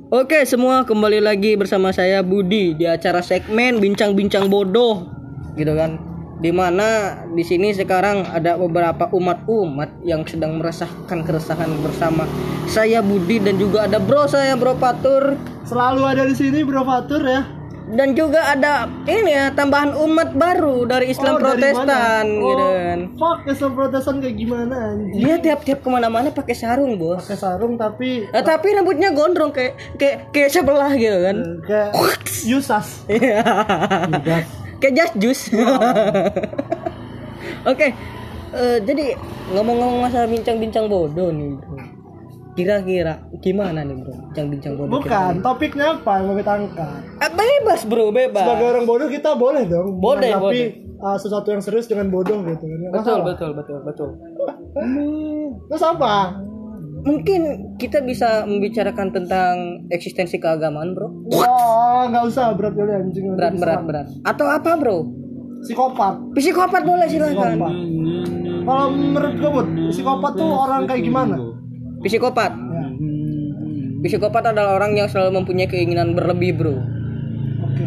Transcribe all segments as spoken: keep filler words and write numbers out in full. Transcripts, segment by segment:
Oke semua, kembali lagi bersama saya Budi di acara segmen bincang-bincang bodoh, gitu kan? Dimana di sini sekarang ada beberapa umat-umat yang sedang merasakan keresahan bersama saya Budi dan juga ada bro saya Bro Fatur. Selalu ada di sini Bro Fatur ya. Dan juga ada ini ya tambahan umat baru dari Islam Oh, Protestan, dari gitu oh, kan? Fuck Islam Protestan kayak gimana anjing? Dia tiap-tiap kemana-mana pakai sarung bos. Pakai sarung tapi Eh, tapi rambutnya gondrong kayak kayak kayak sebelah gitu kan? eh, kayak Yusas. Iya. Kayak just juice. Oke, eh, jadi ngomong-ngomong masalah bincang-bincang bodoh nih bro. Kira-kira gimana nih bro? Bincang-bincang bodoh. Bukan, topiknya apa yang mau kita angkat? Eh, bebas bro, bebas. Sebagai orang bodoh kita boleh dong Boleh, menanggapi boleh. uh, sesuatu yang serius dengan bodoh gitu kan. Nggak Betul, masalah. betul, betul, betul. Terus apa? Mungkin kita bisa membicarakan tentang eksistensi keagamaan bro. Wah, nggak usah berat kali anjing. Berat, berat, berat. Atau apa bro? Psikopat. Psikopat boleh silakan. Psikopat. Kalau menurut gue, Bud, psikopat tuh orang kayak gimana? Psikopat. Ya. Psikopat adalah orang yang selalu mempunyai keinginan berlebih bro. Oke.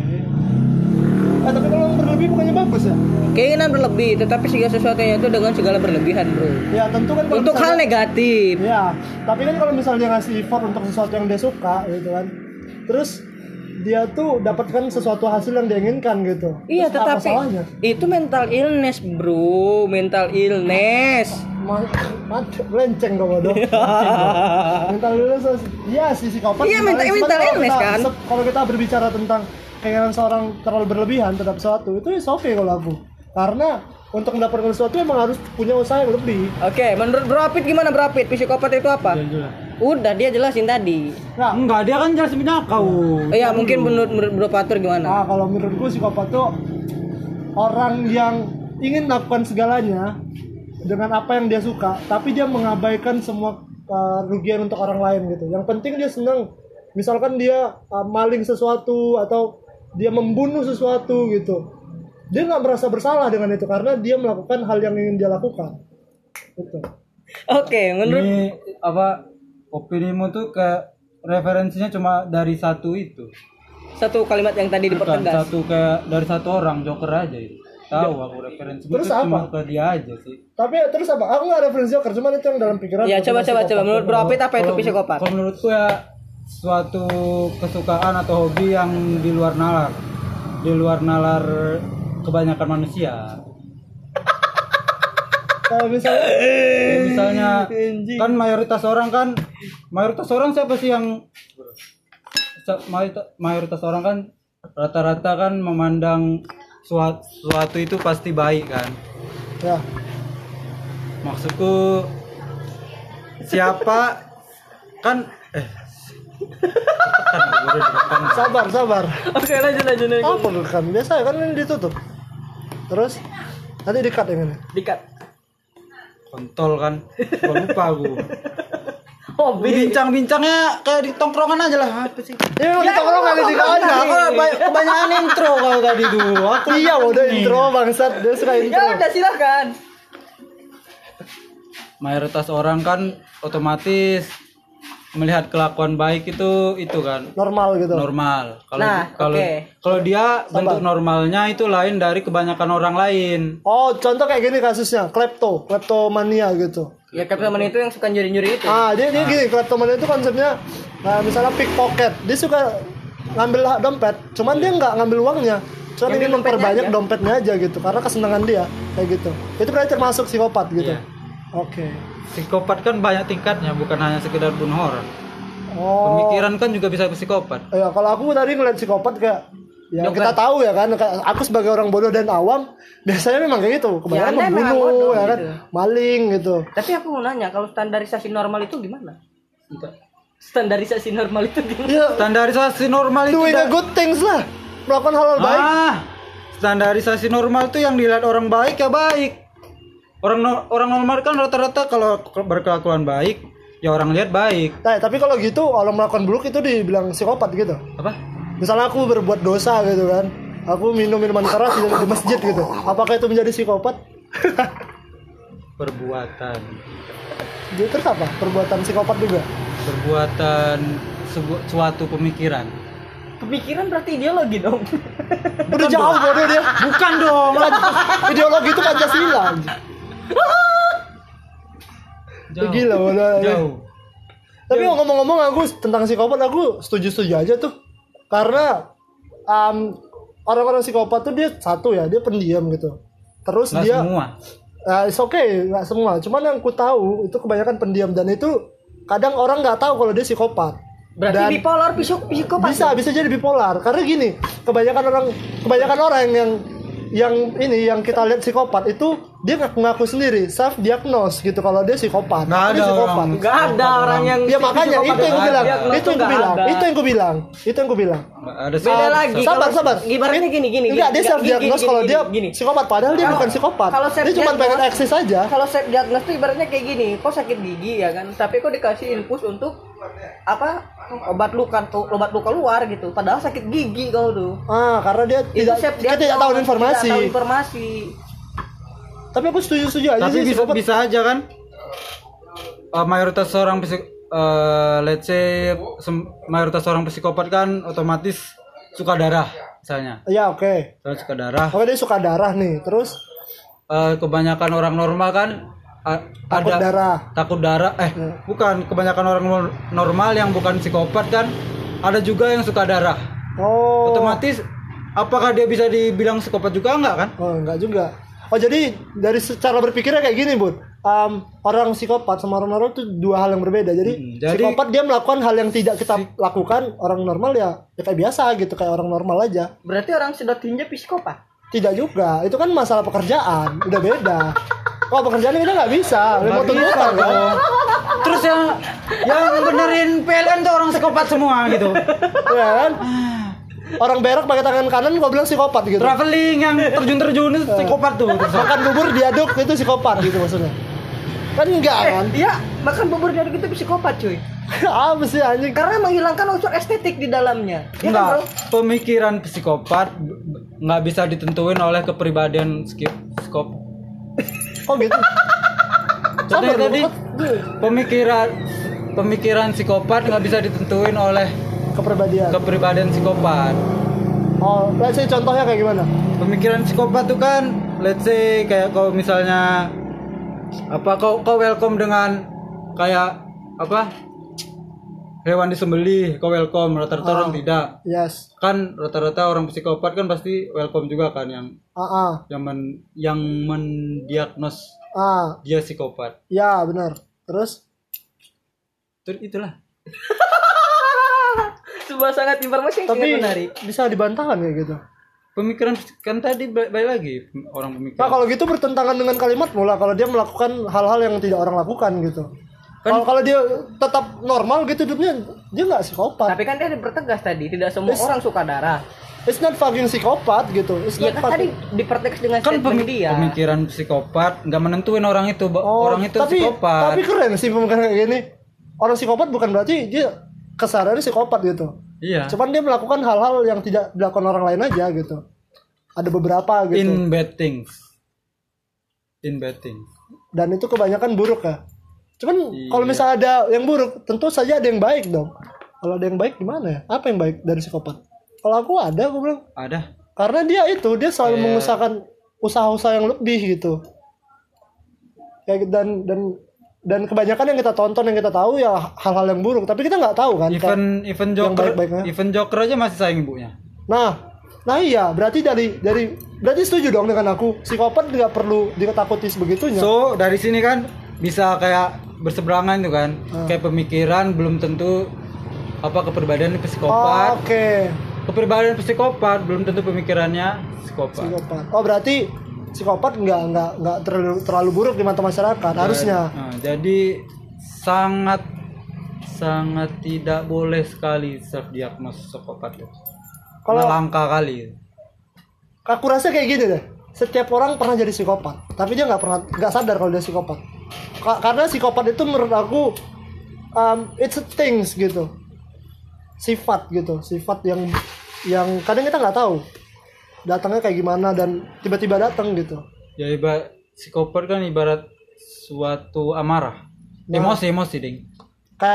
Eh tapi kalau berlebih bukannya bagus ya? Keinginan berlebih, tetapi segala sesuatunya itu dengan segala berlebihan bro. Ya tentu kan. Untuk hal negatif. Ya, tapi kan kalau misalnya dia ngasih effort untuk sesuatu yang dia suka gitu kan, terus dia tuh dapatkan sesuatu hasil yang dia inginkan gitu. Iya, terus apa tetapi salahnya? itu mental illness bro, mental illness. Ma- ma- melenceng dong bodoh. Mental illness, iya sih psikopat. Iya, mental- Cuman mental kalau illness kita- kan. se- Kalau kita berbicara tentang keinginan seorang terlalu berlebihan terhadap sesuatu, itu is oke kalau aku. Karena untuk mendapatkan sesuatu emang harus punya usaha yang lebih. Oke, menurut Bro Apit gimana Bro Apit? Psikopat itu apa? Udah dia jelasin tadi. Nah, Enggak, dia kan jelasin punya kau. Oh, iya, mungkin menurut, menurut Bro Fatur gimana? Nah, kalau menurutku psikopat tuh orang yang ingin melakukan segalanya dengan apa yang dia suka, tapi dia mengabaikan semua uh, kerugian untuk orang lain gitu. Yang penting dia senang. Misalkan dia uh, maling sesuatu atau dia membunuh sesuatu gitu. Dia nggak merasa bersalah dengan itu karena dia melakukan hal yang ingin dia lakukan. Gitu. Oke, menurut Ini apa opinimu tuh ke referensinya cuma dari satu itu. satu kalimat yang tadi Bukan dipertegas. satu kayak dari satu orang Joker aja itu. Tahu aku referensimu Terus tuh cuma apa? ke dia aja sih. Tapi terus apa? Aku nggak referensi Joker, cuman itu yang dalam pikiran. Ya, coba coba coba menurut Bro Apit apa itu Kalau- psikopat? Kalau menurutku ya suatu kesukaan atau hobi yang di luar nalar. Di luar nalar kebanyakan manusia. Kalau misalnya Ya, misalnya kan mayoritas orang kan mayoritas orang siapa sih yang sa- mayoritas, mayoritas orang kan rata-rata kan memandang suatu, suatu itu pasti baik kan. ya, Maksudku siapa kan eh kan udah direkam. sabar sabar. Oke, lanjut lanjut lanjut. Apa bukan? Biasa kan ini ditutup. Terus nanti di-cut yang ini. Dikat. Kontol kan gua lupa aku. Hobi. Bincang-bincangnya kayak di tongkrongan aja lah apa sih? Ya udah tolong kali sih Nah, aja. aku ba- kebanyakan intro kalau tadi tuh. Aku Iya, udah intro bangsat. Dia suka intro. Ya udah silakan. mayoritas orang kan otomatis melihat kelakuan baik itu itu kan Normal gitu. normal. Kalau Nah, kalau oke. kalau dia bentuk normalnya itu lain dari kebanyakan orang lain. Oh, contoh kayak gini kasusnya, klepto, kleptomania gitu. Ya teman itu yang suka nyuri-nyuri itu. Ah, dia dia gini, kleptomania itu konsepnya nah, misalnya pickpocket. Dia suka ngambil ha- dompet, cuman dia nggak ngambil uangnya. Cuman Ngambil ingin dompetnya memperbanyak aja. dompetnya aja gitu, karena kesenangan dia kayak gitu. Itu berarti termasuk psikopat gitu. Iya. Oke. Psikopat kan banyak tingkatnya, bukan hanya sekedar bunuh orang. Oh. Pemikiran kan juga bisa psikopat. Ya, kalau aku tadi ngeliat psikopat kayak ya Joker. kita tahu ya kan, kayak aku sebagai orang bodoh dan awam biasanya memang kayak gitu, kebanyakan Ya, Anda memang membunuh bodoh ya kan, gitu. maling gitu. Tapi aku mau nanya, kalau standarisasi normal itu gimana? Standarisasi normal itu gimana? Ya, Standarisasi normal itu doing a da- good things lah, melakukan hal-hal baik. Ah, standarisasi normal tuh yang dilihat orang baik ya baik. Orang no- orang normal kan rata-rata kalau ke- berkelakuan baik, ya orang lihat baik. Nah, tapi kalau gitu orang melakukan buruk itu dibilang psikopat gitu. Apa? Misalnya aku berbuat dosa gitu kan, aku minum minuman keras di, di masjid gitu, apakah itu menjadi psikopat? Perbuatan. Dia terus apa? Perbuatan psikopat juga. Perbuatan sebu- suatu pemikiran. Pemikiran berarti ideologi dong. Udah jauh bodoh dia. Bukan dong. Ideologi itu Pancasila. Jauh. Gila bodoh. Jauh. Tapi ngomong-ngomong aku tentang psikopat aku setuju-setuju aja tuh. Karena um, orang-orang psikopat tuh dia satu ya, dia pendiam gitu. Terus Nggak dia semua. Uh, it's okay, nggak semua. Cuman yang ku tahu itu kebanyakan pendiam dan itu kadang orang nggak tahu kalau dia psikopat. Berarti Dan bipolar psik- psikopat. bisa bisa jadi bipolar. Karena gini, kebanyakan orang kebanyakan orang yang yang ini yang kita lihat psikopat itu dia ngaku-ngaku sendiri self diagnose gitu kalau dia psikopat. Nggak Dia ada psikopat. orang. Enggak ada orang yang Ya makanya psikopat itu yang gue bilang, diagnos itu tuh yang gue nggak bilang, ada. itu yang gue bilang, itu yang gue bilang. Ada Beda sih. lagi. Sabar, Kalau- sabar. Ibaratnya gini gini. Enggak, gini, dia self gini, diagnose gini, kalau gini, dia gini. psikopat padahal dia Kalau- bukan psikopat. kalau self Dia cuma diagnose- pengen eksis aja. Kalau self diagnosis tuh ibaratnya kayak gini, kok sakit gigi ya kan, tapi kok dikasih infus untuk apa obat luka tuh obat luka luar gitu, padahal sakit gigi kau tuh. Ah, karena dia Itu tidak self dia tidak diagnosis, tahu informasi. Tidak tahu informasi. Tapi aku setuju-setuju aja Tapi sih bisa psikopat. bisa aja kan. Uh, mayoritas orang psik uh, let's say sem- mayoritas orang psikopat kan otomatis suka darah misalnya. Ya oke. Misalnya suka darah. Oke dia suka darah nih, terus Uh, kebanyakan orang normal kan uh, takut ada darah. takut darah eh Hmm. bukan, kebanyakan orang nor- normal yang bukan psikopat kan ada juga yang suka darah. Oh. Otomatis apakah dia bisa dibilang psikopat juga enggak kan? Oh, enggak juga. Oh, jadi dari secara berpikirnya kayak gini, Bud. Um, orang psikopat sama orang normal itu dua hal yang berbeda. Jadi, Hmm, jadi- psikopat dia melakukan hal yang tidak kita lakukan, orang normal ya, ya kayak biasa gitu, kayak orang normal aja. Berarti orang sedot tinja psikopat. Tidak juga, itu kan masalah pekerjaan, udah beda. Kalau pekerjaan kita nggak bisa, remote Nggak bisa tuntutan kan. dong. Terus yang yang benerin P L N tuh orang psikopat semua gitu. Ya kan? Orang berak pakai tangan kanan gua bilang psikopat gitu. Traveling yang terjun-terjun itu psikopat tuh. Makan bubur diaduk itu psikopat gitu maksudnya. Kan enggak kan? Iya, makan bubur dari gitu psikopat cuy. Apa sih anjing? Karena menghilangkan unsur estetik di dalamnya. Iya kan, Enggak, bro? pemikiran psikopat b- b- nggak bisa ditentuin oleh kepribadian skip psikop. Oh gitu. Contohnya Sabar, tadi Bud. pemikiran pemikiran psikopat nggak bisa ditentuin oleh Kepribadian. kepribadian psikopat. Oh, let's say contohnya kayak gimana? Pemikiran psikopat tuh kan, let's say kayak kau misalnya apa kau kau welcome dengan kayak apa hewan disembelih, kau welcome, rata-rata Ah. orang tidak. Yes. Kan rata-rata orang psikopat kan pasti welcome juga kan yang Ah, ah. yang men, yang mendiagnos Ah, dia psikopat. ya benar. Terus Itu itulah. Sebuah sangat informasi yang tapi sangat menarik. bisa dibantahkan kayak gitu. Pemikiran kan tadi balik, balik lagi orang Nah, pemikiran. kalau gitu bertentangan dengan kalimat mula kalau dia melakukan hal-hal yang tidak orang lakukan gitu. Kan- Kalau kalau dia tetap normal gitu hidupnya, dia nggak psikopat. Tapi kan dia dipertegas tadi, tidak semua Yes. orang suka darah. It's not fucking psikopat gitu. It's Iya not kan tadi fucking- dipertegas dengan kan statement pemi- dia. pemikiran psikopat nggak menentuin orang itu ba- Oh, orang itu tapi, psikopat. Tapi keren sih pemikiran kayak gini. Orang psikopat bukan berarti dia kesadarannya psikopat gitu. Iya. Cuman dia melakukan hal-hal yang tidak dilakukan orang lain aja gitu. Ada beberapa gitu. In bad things. In bad things. Dan itu kebanyakan buruk ya. Cuman Iya. kalau misalnya ada yang buruk, tentu saja ada yang baik dong. Kalau ada yang baik gimana ya? Apa yang baik dari psikopat? Kalau aku ada, aku bilang. Ada. Karena dia itu, dia selalu Kayak- mengusahakan usaha-usaha yang lebih gitu. Kayak dan dan dan kebanyakan yang kita tonton, yang kita tahu ya hal-hal yang buruk. Tapi kita nggak tahu kan. Even even yang Joker, baik-baiknya. even Joker aja masih sayang ibunya. Nah, nah iya, berarti dari dari berarti setuju dong dengan aku. Psikopat nggak perlu ditakuti sebegitunya. So dari sini kan bisa kayak berseberangan tuh kan. Ah. Kayak pemikiran belum tentu apa kepribadian Oh, psikopat. Oke, Kepribadian psikopat belum tentu pemikirannya psikopat. psikopat. Oh berarti psikopat nggak nggak nggak terlalu terlalu buruk di mata masyarakat harusnya. Nah, jadi sangat sangat tidak boleh sekali self diagnosis psikopat itu. Kalau- Kalau langka kali. Aku rasa kayak gini deh. Setiap orang pernah jadi psikopat, tapi dia nggak pernah nggak sadar kalau dia psikopat. Ka- karena psikopat itu menurut aku um, it's a things gitu, sifat gitu, sifat yang yang kadang kita nggak tahu datangnya kayak gimana dan tiba-tiba datang gitu. Ya ibarat psikopat kan ibarat suatu amarah. Nah. Emosi emosi ding. Kayak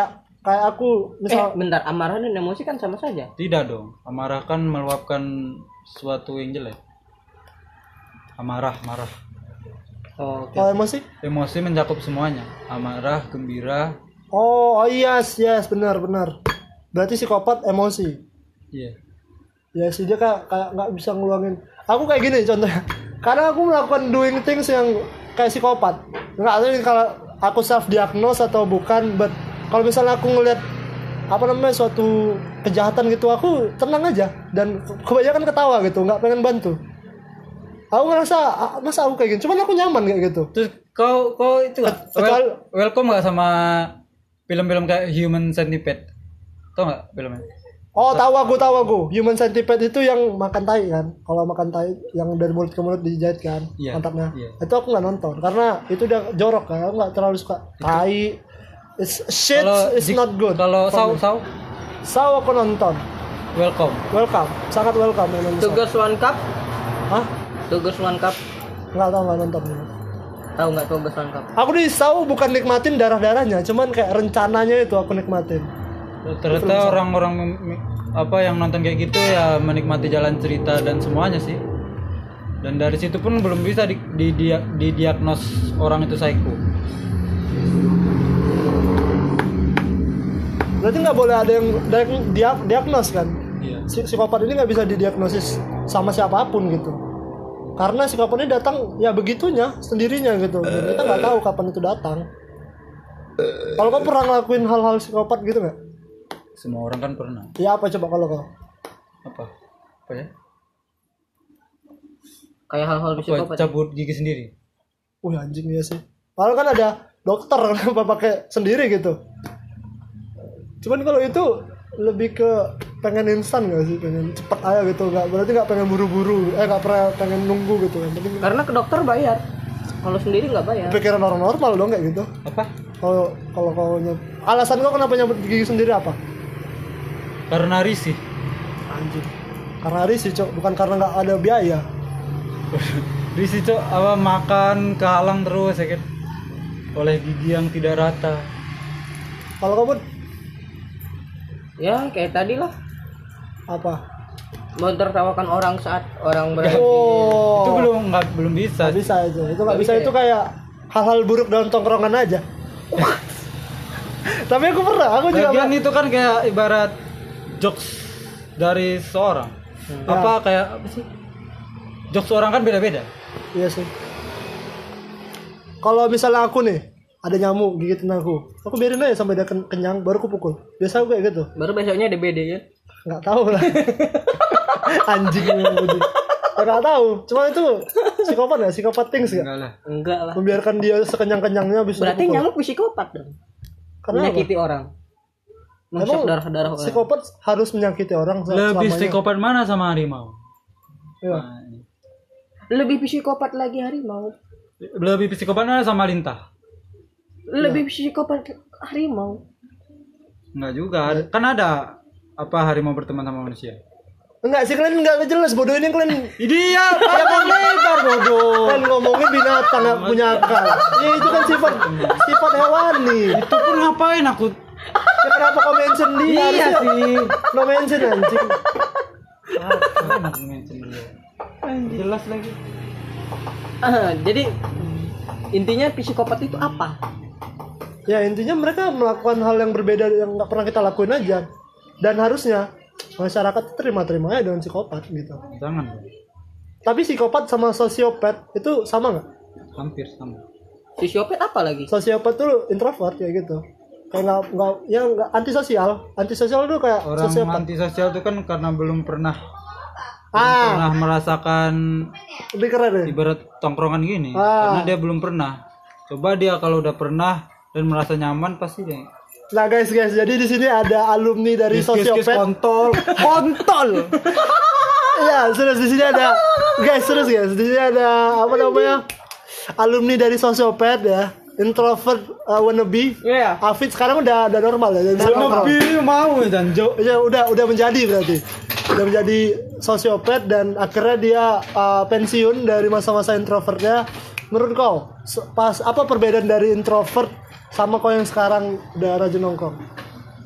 kayak aku Eh, misal bentar, amarah dan emosi kan sama saja. Tidak dong. Amarah kan meluapkan sesuatu yang jelek. Amarah, marah. Oh, oke. kalau emosi Emosi mencakup semuanya. Amarah, gembira. oh, oh yes yes benar benar berarti psikopat emosi. Iya. Ya sih dia kayak kayak nggak bisa ngeluangin. Aku kayak gini contohnya. Karena aku melakukan doing things yang kayak psikopat. Nggak tahu ini kalau aku self diagnose atau bukan. But kalau misalnya aku ngelihat apa namanya suatu kejahatan gitu, aku tenang aja dan kebanyakan ketawa gitu, nggak pengen bantu. Aku ngerasa ah, masa aku kayak gini. Cuman aku nyaman kayak gitu. Terus kau kau itu nggak Kecuali- wel- welcome nggak sama film-film kayak Human Centipede? Tau nggak filmnya? Oh tahu aku tahu aku. Human Centipede itu yang makan tai kan. Kalau makan tai yang dari mulut ke mulut dijahit kan Iya, kontaknya. iya. Itu aku nggak nonton karena itu udah jorok kan. Aku nggak terlalu suka tai. It's shit. Kalau It's Jik- not good. Kalau for saw me. saw Saw aku nonton. welcome. Welcome. Sangat welcome yang nonton. Two Girls One Cup, Hah? Two Girls One Cup. Nggak tahu nggak nonton. Tahu nggak Two Girls One Cup? Aku di Saw bukan nikmatin darah-darahnya, cuman kayak rencananya itu aku nikmatin. Ternyata orang-orang mem- me- apa yang nonton kayak gitu ya menikmati jalan cerita dan semuanya sih. Dan dari situ pun belum bisa di, di, dia- didiagnos orang itu psycho. Berarti nggak boleh ada yang diag- diag- diagnos kan? Iya. Si psikopat ini nggak bisa didiagnosis sama siapapun gitu. Karena psikopat ini datang ya begitunya sendirinya gitu. Dan kita nggak tahu kapan itu datang. Kalau kau pernah ngelakuin hal-hal psikopat gitu nggak? Semua orang kan pernah. Ya apa coba kalau kau? Apa? Apa ya? Kayak hal-hal Apa, psikopat. cabut gigi sendiri. Wih anjing ya sih. Padahal kan ada dokter kenapa pakai sendiri gitu. Cuman kalau itu lebih ke pengen instan gak sih, pengen cepet aja gitu, nggak berarti nggak pengen buru-buru, eh nggak pernah pengen nunggu gitu kan. Penting Karena ke dokter bayar. Kalau sendiri nggak bayar. pikiran orang normal dong kayak gitu. Apa? Kalau kalau kau nyep, alasan kau kenapa nyabut gigi sendiri apa? Karena risih. Anjing. Karena risih cok, bukan karena nggak ada biaya. Risih cok, apa makan kehalang terus ya kan? Oleh gigi yang tidak rata. Kalau kamu Ya kayak tadi lah. apa? Mentertawakan orang saat orang berada. Oh, Itu belum nggak belum bisa. nggak bisa itu. Itu nggak Nggak bisa, bisa itu kayak hal-hal buruk dalam tongkrongan aja. Tapi aku pernah, aku juga Bagian pernah. itu kan kayak ibarat jokes dari seorang. Apa kayak apa sih? Jokes orang kan beda-beda. Iya sih. Kalau misalnya aku nih ada nyamuk gigitin aku, aku biarin aja sampai dia ken- kenyang, baru aku pukul. Biasa aku kayak gitu. Baru besoknya D B D ya. Nggak tahu lah. Anjing memang Budi. Nggak tahu. Cuma itu psikopat nggak? Psikopat things nggak? Enggak lah. Enggak lah. Membiarkan dia sekenyang-kenyangnya habis itu Berarti pukul. nyamuk psikopat dong. Karena apa? Menyakiti orang. Mengusap Emang darah-darah orang. psikopat harus menyakiti orang se- Lebih selamanya. psikopat mana sama harimau? Iya. Nah, ini. Lebih psikopat lagi harimau. Lebih psikopat mana sama lintah? Lebih psikopat harimau. Enggak juga. Kan ada apa harimau berteman sama manusia? Enggak sih, kalian nggak jelas bodoh ini kalian. Dia panjang lebar bodoh. Kan ngomongin binatang nggak punya akal. Ya itu kan sifat sifat hewani. Itu pun ngapain aku? Ya, kenapa kau mention dia? Iya Harusnya sih. no mention anjing. Apa aku mention dia? Jelas lagi. Ah, jadi intinya psikopat itu apa? Ya intinya mereka melakukan hal yang berbeda yang nggak pernah kita lakuin aja. Dan harusnya masyarakat terima-terima aja dengan psikopat gitu. Jangan dong. Tapi psikopat sama sosiopat itu sama nggak? Hampir sama. Sosiopat apa lagi? Sosiopat tuh introvert kayak gitu. Kayak nggak nggak ya nggak antisosial. Antisosial tuh kayak Orang sosiopat. antisosial itu kan karena belum pernah Ah, pernah merasakan lebih keren deh. ibarat tongkrongan gini. Ah. Karena dia belum pernah. Coba dia kalau udah pernah dan merasa nyaman pasti deh. Nah guys guys, jadi di sini ada alumni dari Kis, kis, kis, sosiopat. kontol. Kontol. Iya, serius di sini ada guys, serius guys. Di sini ada apa namanya? Alumni dari sosiopat ya. Introvert uh, wannabe. Iya. Afid sekarang udah udah normal ya. Jadi Lebih mau dan Jo. ya udah udah menjadi berarti. Udah menjadi sosiopat dan akhirnya dia uh, pensiun dari masa-masa introvertnya. Menurut kau, se- pas apa perbedaan dari introvert sama kau yang sekarang udah rajin nongkrong?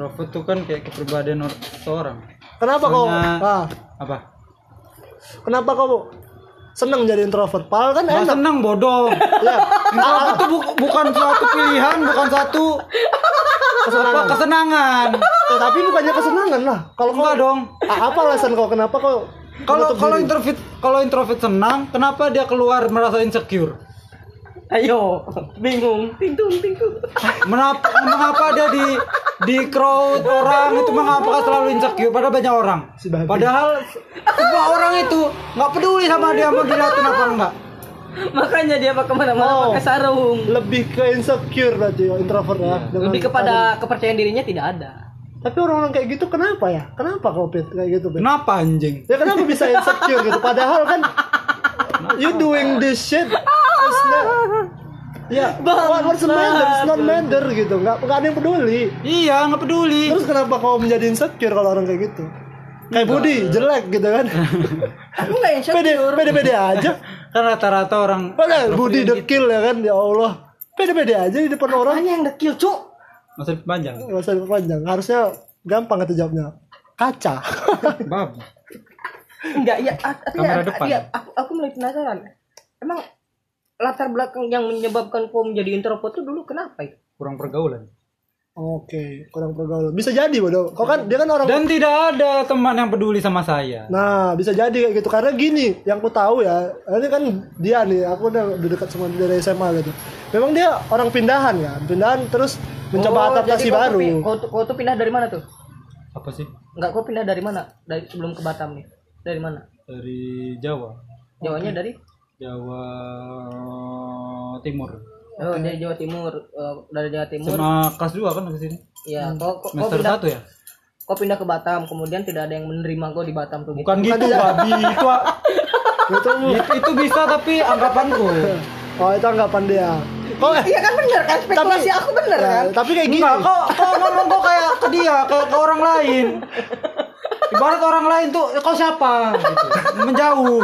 introvert tuh kan kayak kepribadian or- seorang. Kenapa kau? Soalnya- Ah, Apa? kenapa kau seneng jadi introvert? Padahal kan Nggak enak. senang bodoh. Ya, Introvert itu bu- bukan suatu pilihan, bukan satu kesenangan. apa, kesenangan. Eh, tapi bukannya kesenangan lah. Kalau kau Enggak dong. Ah, apa alasan kau kenapa kau Kalau menutup kalau diri? introvert kalau introvert senang, kenapa dia keluar merasa insecure? Ayo, bingung, tingtung, tingtung. Mengapa, mengapa dia di di crowd orang itu mengapa selalu insecure? Padahal banyak orang. Si babi. Padahal semua orang itu nggak peduli sama dia mau dilihatin apa enggak. Makanya dia pakai kemana-mana Oh. pakai sarung. Lebih ke insecure berarti ya, introvert ya. Dengan- Lebih kepada kepercayaan dirinya tidak ada. Tapi orang-orang kayak gitu kenapa ya? Kenapa kau Pit kayak gitu Pit? Kenapa anjing? Ya kenapa bisa insecure gitu? Padahal kan you doing this shit it's not, ya what, what's the matter? It's not matter gitu. Nggak nggak ada yang peduli. Iya nggak peduli. Terus kenapa kau menjadi insecure kalau orang kayak gitu? Kayak Budi jelek gitu kan? Aku nggak Pede insecure. pede pede aja. Kan rata-rata orang Padahal Budi dekil ya kan? Ya Allah. Pede pede aja di depan orang. Hanya yang dekil, Cuk. masa panjang. Gak usah panjang. Harusnya gampang itu jawabnya. Kaca. Bab. Enggak, ya, tapi Kamera ya, depan. ya, aku aku mulai penasaran. Emang latar belakang yang menyebabkan kau menjadi introvert itu dulu kenapa ya? Kurang pergaulan. Oke, kurang pergaulan. Bisa jadi bodoh. Kau kan dia kan orang. Dan tidak ada teman yang peduli sama saya. Nah, bisa jadi kayak gitu. Karena gini, yang ku tahu ya, ini kan dia nih, aku udah udah dekat sama dia dari S M A gitu. Memang dia orang pindahan ya, pindahan terus mencoba Oh, adaptasi jadi kau tuh baru. pi- Kau, tuh- kau tuh pindah dari mana tuh? Apa sih? Enggak, kau pindah dari mana? Dari sebelum ke Batam nih. Dari mana? Dari Jawa. Jawanya dari? Jawa Timur. Oh, dari Jawa Timur. Eh, dari Jawa Timur. Sama kelas dua kan ke sini. Ya, kau, kau, kau Semester pindah satu ya? kau pindah ke Batam, kemudian tidak ada yang menerima kau di Batam tuh gitu. Bukan gitu, babi. Itu Itu, itu, itu bisa tapi anggapanku. oh itu anggapan dia. Kok eh, Iya kan bener kan, spekulasi aku bener ya, kan? tapi kayak gini. Enggak, kok kok ngomong kok kayak ke dia, kayak ke orang lain. Ibarat orang lain tuh, kau siapa? Gitu. Menjauh.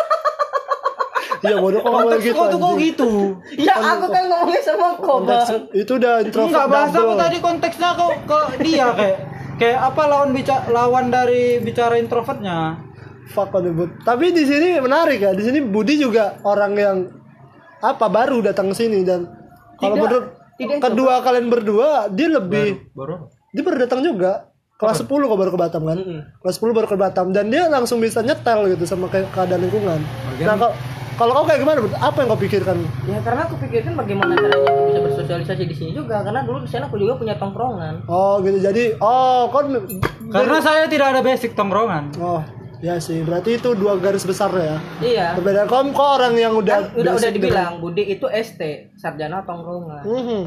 Iya bodoh kok ngomong Konteks gitu. kau tuh kok anjing. gitu. Ya aku kan ngomongnya sama kau Konteks- bang. itu udah introvert Enggak bahasa aku double. tadi konteksnya kok ke dia kayak kayak apa lawan bicara lawan dari bicara introvertnya. Fuck on the boot. Tapi di sini menarik ya. Di sini Budi juga orang yang apa baru datang ke sini dan kalau Tidak, menurut tidak kedua kalian berdua dia lebih Baru. dia baru datang juga kelas sepuluh kok baru ke Batam kan. Kelas sepuluh baru ke Batam dan dia langsung bisa nyetel gitu sama kayak keadaan lingkungan. Nah, kalau kalau kau kayak gimana? Bud? Apa yang kau pikirkan? Ya karena aku pikirkan bagaimana caranya aku bisa bersosialisasi di sini juga, karena dulu di sana aku juga punya tongkrongan. Oh, gitu. Jadi oh, kau Karena saya tidak ada basic tongkrongan. oh, ya sih. Berarti itu dua garis besar ya. Iya. Berbeda kau kau orang yang udah Kan udah udah basic dibilang Budi itu S T, sarjana tongkrongan. Mhm.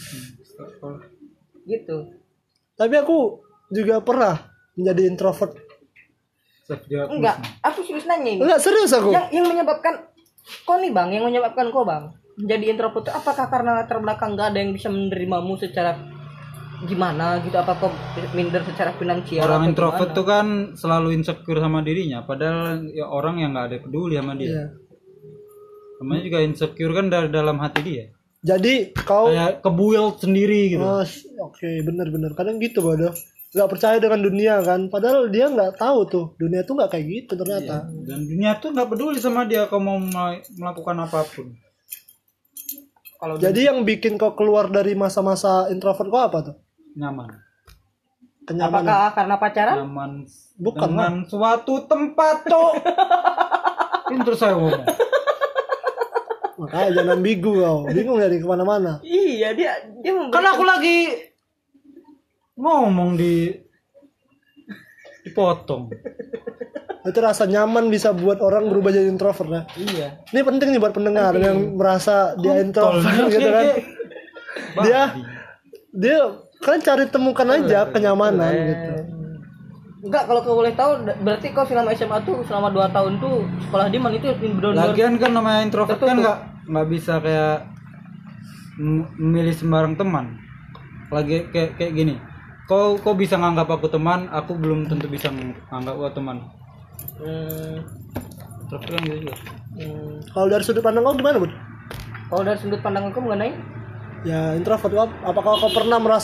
Gitu. Tapi aku juga pernah menjadi introvert. Enggak, aku serius nanya ini. Enggak serius aku. Yang yang menyebabkan kau nih bang, yang menyebabkan kau bang menjadi introvert itu apakah karena latar belakang gak ada yang bisa menerimamu secara gimana gitu? Apa kau minder secara finansial? Orang atau introvert gimana? tuh kan selalu insecure sama dirinya, padahal ya orang yang nggak ada yang peduli sama dia. Iya. Namanya juga insecure kan dari dalam hati dia. Jadi kau Kayak kebuild sendiri gitu. oh, s- oke bener-bener kadang gitu bodoh. Nggak percaya dengan dunia kan. Padahal dia nggak tahu tuh dunia tuh nggak kayak gitu ternyata. Dan dunia tuh nggak peduli sama dia kalau mau mel- melakukan apapun. Kalau Jadi yang bikin kau keluar dari masa-masa introvert kau apa tuh? Nyaman. Kenyamanan. apakah karena pacaran? Nyaman Bukan dengan suatu tempat tuh. Pinter saya ngomong. Makanya jangan ambigu kau. Bingung dari kemana-mana. Iya, dia dia memberi- Kan aku lagi ngomong di dipotong. Itu rasa nyaman bisa buat orang berubah jadi introvert ya. Iya. Ini penting nih buat pendengar yang merasa dia introvert gitu kan. Dia dia kan cari temukan aja kenyamanan gitu. Enggak, kalau kau boleh tahu berarti kau selama S M A tuh selama dua tahun tuh sekolah di mana itu benar-benar Lagian kan namanya introvert kan nggak nggak bisa kayak m- memilih sembarang teman. Lagi kayak kayak gini. Kau kau bisa nganggap aku teman, aku belum tentu bisa nganggap kau teman. hmm, Introvert kan gitu juga. hmm. Kalau dari sudut pandang kau gimana, Bud? Kalau dari sudut pandang kau mengenai Ya introvert kau, apakah kau pernah merasa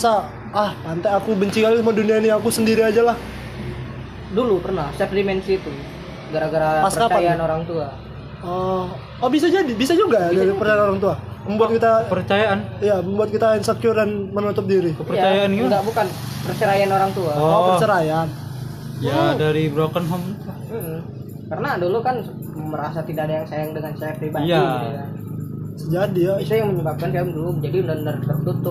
ah pantai aku benci kali sama dunia ini, aku sendiri aja lah. Dulu pernah self dimensi itu gara-gara Pas kapan percayaan tuh? orang tua. Oh, oh bisa jadi, bisa juga ya dari percayaan orang tua. Membuat kita Percayaan. ya, membuat kita insecure dan menutup diri. Kepercayaan Iya, gimana? enggak, bukan perceraian orang tua. Oh, Oh, perceraian. ya dari broken home. Mm-mm. Karena dulu kan merasa tidak ada yang sayang dengan saya pribadi Iya. gitu kan. Sejadi ya. Itu yang menyebabkan saya dulu menjadi benar-benar tertutup.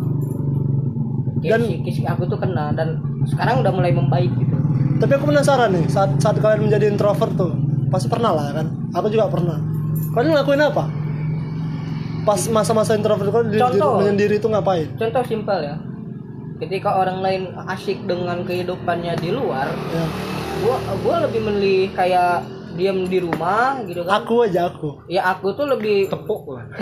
Dan- Dan kisi aku tuh kena dan sekarang udah mulai membaik gitu. Tapi aku penasaran nih, saat saat kalian menjadi introvert tuh, pasti pernah lah kan? Aku juga pernah. Kalian ngelakuin apa? Pas masa-masa introvert kalian di- di- Contoh. menyendiri itu ngapain? Contoh simpel ya. Ketika orang lain asyik dengan kehidupannya di luar, Ya. gua gua lebih milih kayak diam di rumah gitu kan. Aku aja aku. Ya aku tuh lebih Tepuk lah.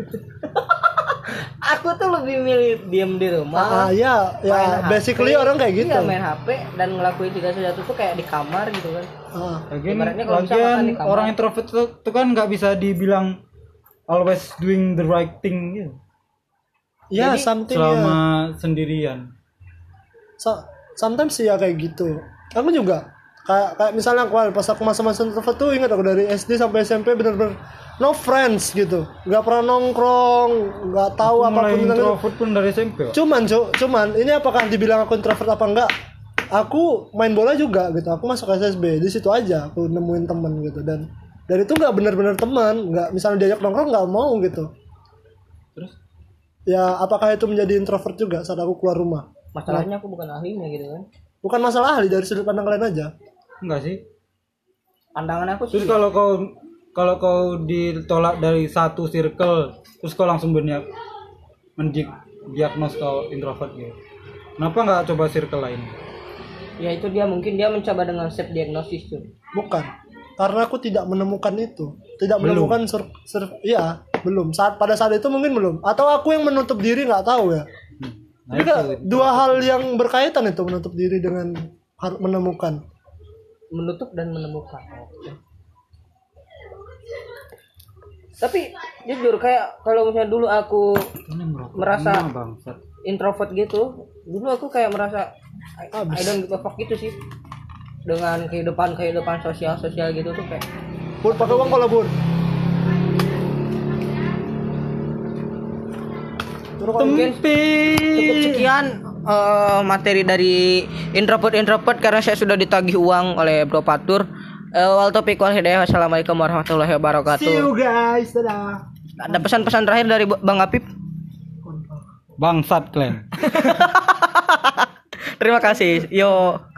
aku tuh lebih milih diam di rumah. Ah, ya, main ya H P. basically orang kayak gitu. Iya, main H P dan ngelakuin segala sesuatu tuh kayak di kamar gitu kan. Ah. Lagian, Ibaratnya kalau bisa makan lagian di kamar. orang introvert itu, itu kan nggak bisa dibilang always doing the right thing gitu. Ya, Jadi, something Selama ya. sendirian. So- sometimes sih ya kayak gitu. Aku juga kayak kayak misalnya aku pas aku masa-masa introvert tuh ingat aku dari S D sampai S M P bener-bener no friends gitu, nggak pernah nongkrong, nggak tahu Aku mulai apapun tentang itu. introvert pun dari S M P. Wak. Cuman cu, cuman ini apakah dibilang aku introvert apa enggak? Aku main bola juga gitu. Aku masuk S S B di situ aja. Aku nemuin teman gitu dan dari itu nggak benar-benar teman, nggak misalnya diajak nongkrong nggak mau gitu. Terus Ya apakah itu menjadi introvert juga saat aku keluar rumah? Masalahnya aku bukan ahlinya gitu kan. Bukan masalah ahli, dari sudut pandang kalian aja. enggak sih. Pandangan aku sih. Terus kalau kau kalau kau ditolak dari satu circle, terus kau langsung berniat mendiagnos kau introvert gitu. Kenapa nggak coba circle lain? Ya itu dia mungkin dia mencoba dengan self diagnosis tuh. Bukan. Karena aku tidak menemukan itu. Tidak Belum. menemukan sur, sur, iya, belum. Saat pada saat itu mungkin belum. Atau aku yang menutup diri nggak tahu ya. Nah, Jadi kan itu. dua hal yang berkaitan itu, menutup diri dengan har- menemukan. Menutup dan menemukan. Oke. Tapi jujur kayak kalau misalnya dulu aku Ini merokok. merasa Ini bangsat. introvert gitu, dulu aku kayak merasa I, I don't give a fuck gitu sih dengan kehidupan kehidupan sosial sosial gitu tuh kayak Bun, pakai uang kalau bun. mungkin cukup sekian eh, materi dari introvert introvert karena saya sudah ditagih uang oleh Bro Patur. Eh, wal topik wal hidayah. Wassalamualaikum warahmatullahi wabarakatuh. See you guys, dadah. Ada pesan-pesan terakhir dari Bang Apip? Bangsat kalian. Terima kasih. Yo.